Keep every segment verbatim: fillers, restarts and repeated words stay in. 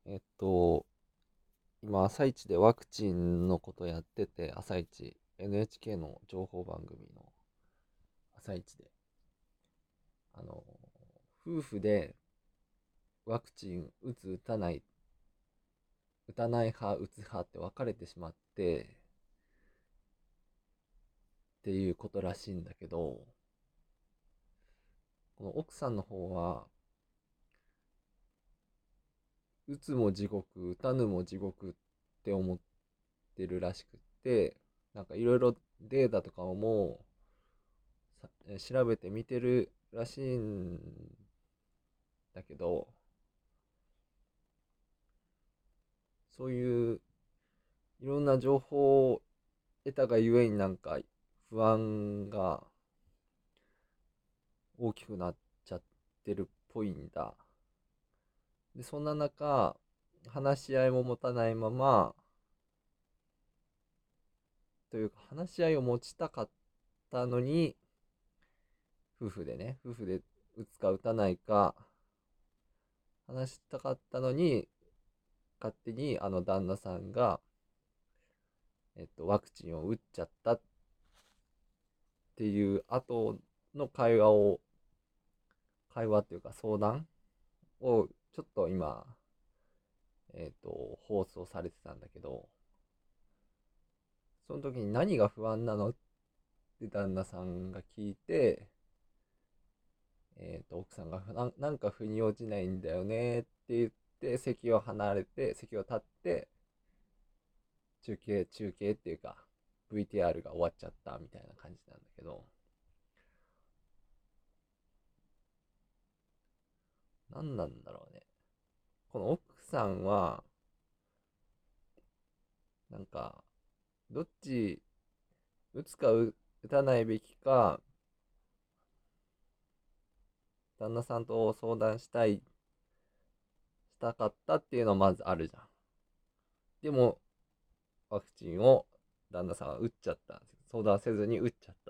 えっと、今、朝一でワクチンのことやってて、朝一、エヌエイチケー の情報番組の朝一で、あの、夫婦でワクチン打つ、打たない、打たない派、打つ派って分かれてしまって、っていうことらしいんだけど、この奥さんの方は、打つも地獄、打たぬも地獄って思ってるらしくって、なんかいろいろデータとかをもうさ調べてみてるらしいんだけど、そういういろんな情報を得たがゆえになんか不安が大きくなっちゃってるっぽいんだ。で、そんな中、話し合いも持たないまま、というか話し合いを持ちたかったのに、夫婦でね、夫婦で打つか打たないか話したかったのに、勝手にあの旦那さんが、えっと、ワクチンを打っちゃったっていう後の会話を、会話っていうか相談をちょっと今、えっと、放送されてたんだけど、その時に何が不安なのって旦那さんが聞いて、えっと、奥さんがななんか腑に落ちないんだよねって言って、席を離れて、席を立って、中継、中継っていうか、ブイティーアール が終わっちゃったみたいな感じなんだけど、何なんだろうね。この奥さんは、なんか、どっち打つか打たないべきか、旦那さんと相談したい、したかったっていうのはまずあるじゃん。でも、ワクチンを旦那さんは打っちゃったんですよ。相談せずに打っちゃった。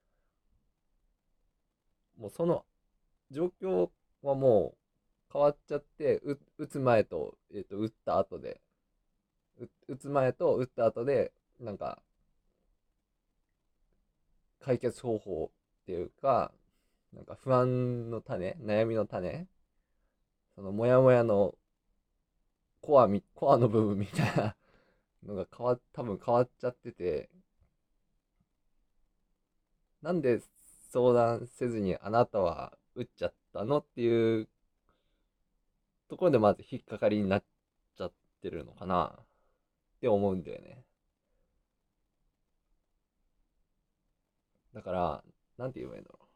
もうその状況はもう変わっちゃって、う打つ前と、えっと、打った後で、う打つ前と打った後で、なんか、解決方法っていうか、なんか不安の種、悩みの種、そのモヤモヤのコアみ、コアの部分みたいなのが変わ、多分変わっちゃってて、なんで相談せずにあなたは打っちゃったのっていうところでまず引っかかりになっちゃってるのかなって思うんだよね。だから、なんて言えばいいんだろう。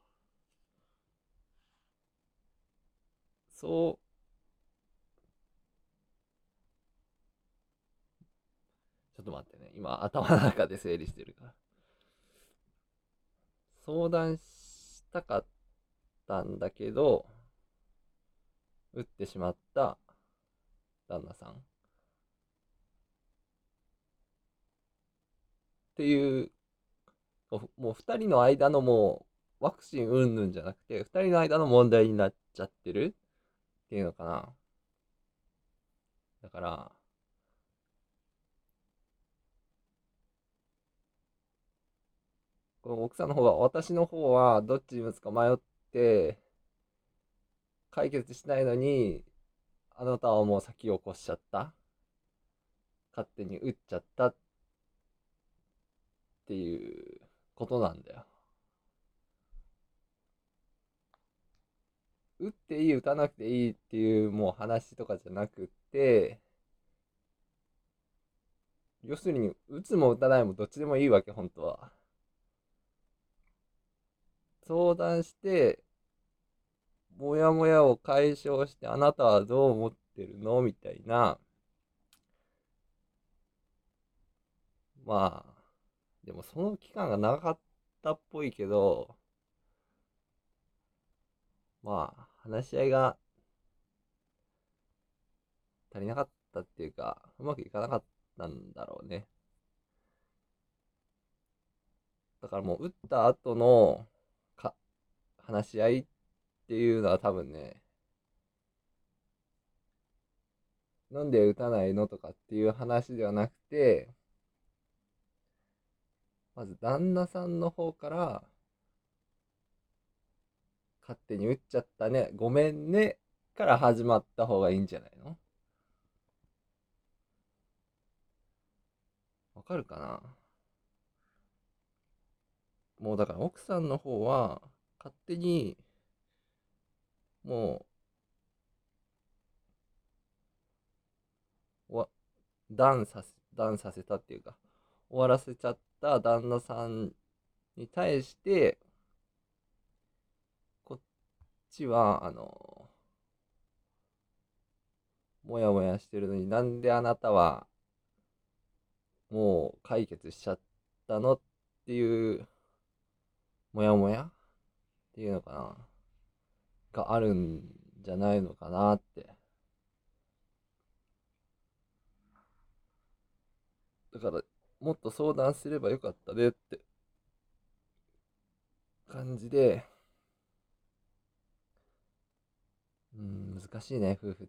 そう、ちょっと待ってね。今頭の中で整理してるから。相談したかったんだけど、打ってしまった旦那さんっていう、もう二人の間のもうワクチン云々じゃなくて、二人の間の問題になっちゃってるっていうのかな。だから、この奥さんの方は、私の方はどっちに打つか迷って解決しないのに、あなたはもう先を越しちゃった。勝手に打っちゃったっていうことなんだよ。打っていい、打たなくていいっていうもう話とかじゃなくて、要するに、打つも打たないもどっちでもいいわけ、本当は。相談して、もやもやを解消して、あなたはどう思ってるのみたいな。まあ、でもその期間が長かったっぽいけど、まあ、話し合いが足りなかったっていうか、うまくいかなかったんだろうね。だからもう打った後のか話し合いっていうのは多分ね、 なんで打たないのとかっていう話ではなくて、まず旦那さんの方から勝手に打っちゃったね、ごめんねから始まった方がいいんじゃないの？わかるかな？もうだから奥さんの方は勝手にもうわダウンさせ、ダウンさせたっていうか、終わらせちゃった旦那さんに対して、こっちは、あの、もやもやしてるのになんであなたはもう解決しちゃったのっていう、もやもやっていうのかながあるんじゃないのかなって。だから、もっと相談すればよかったねって感じで、うん、難しいね、夫婦って。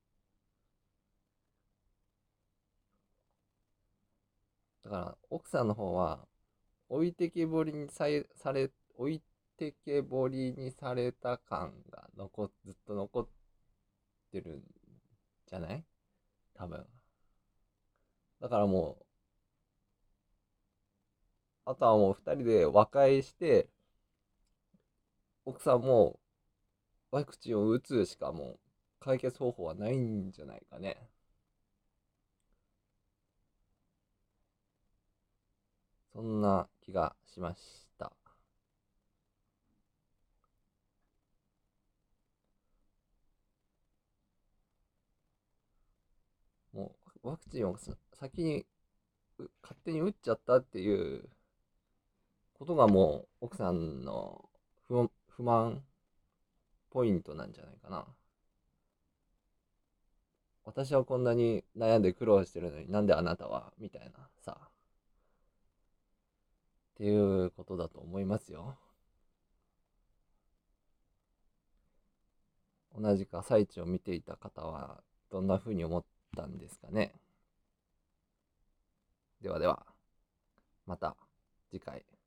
だから、奥さんの方は、置いてけぼりにされ、され、置いてけぼりにされた感が残っ、ずっと残ってるんじゃない多分。だからもう、あとはもう二人で和解して、奥さんもワクチンを打つしかもう解決方法はないんじゃないかね。そんな気がしました。もうワクチンをさ先に勝手に打っちゃったっていうことがもう奥さんの不不満ポイントなんじゃないかな。私はこんなに悩んで苦労してるのになんであなたはみたいなさ、っていうことだと思いますよ。同じく朝一を見ていた方はどんな風に思ったんですかね。ではでは、また次回。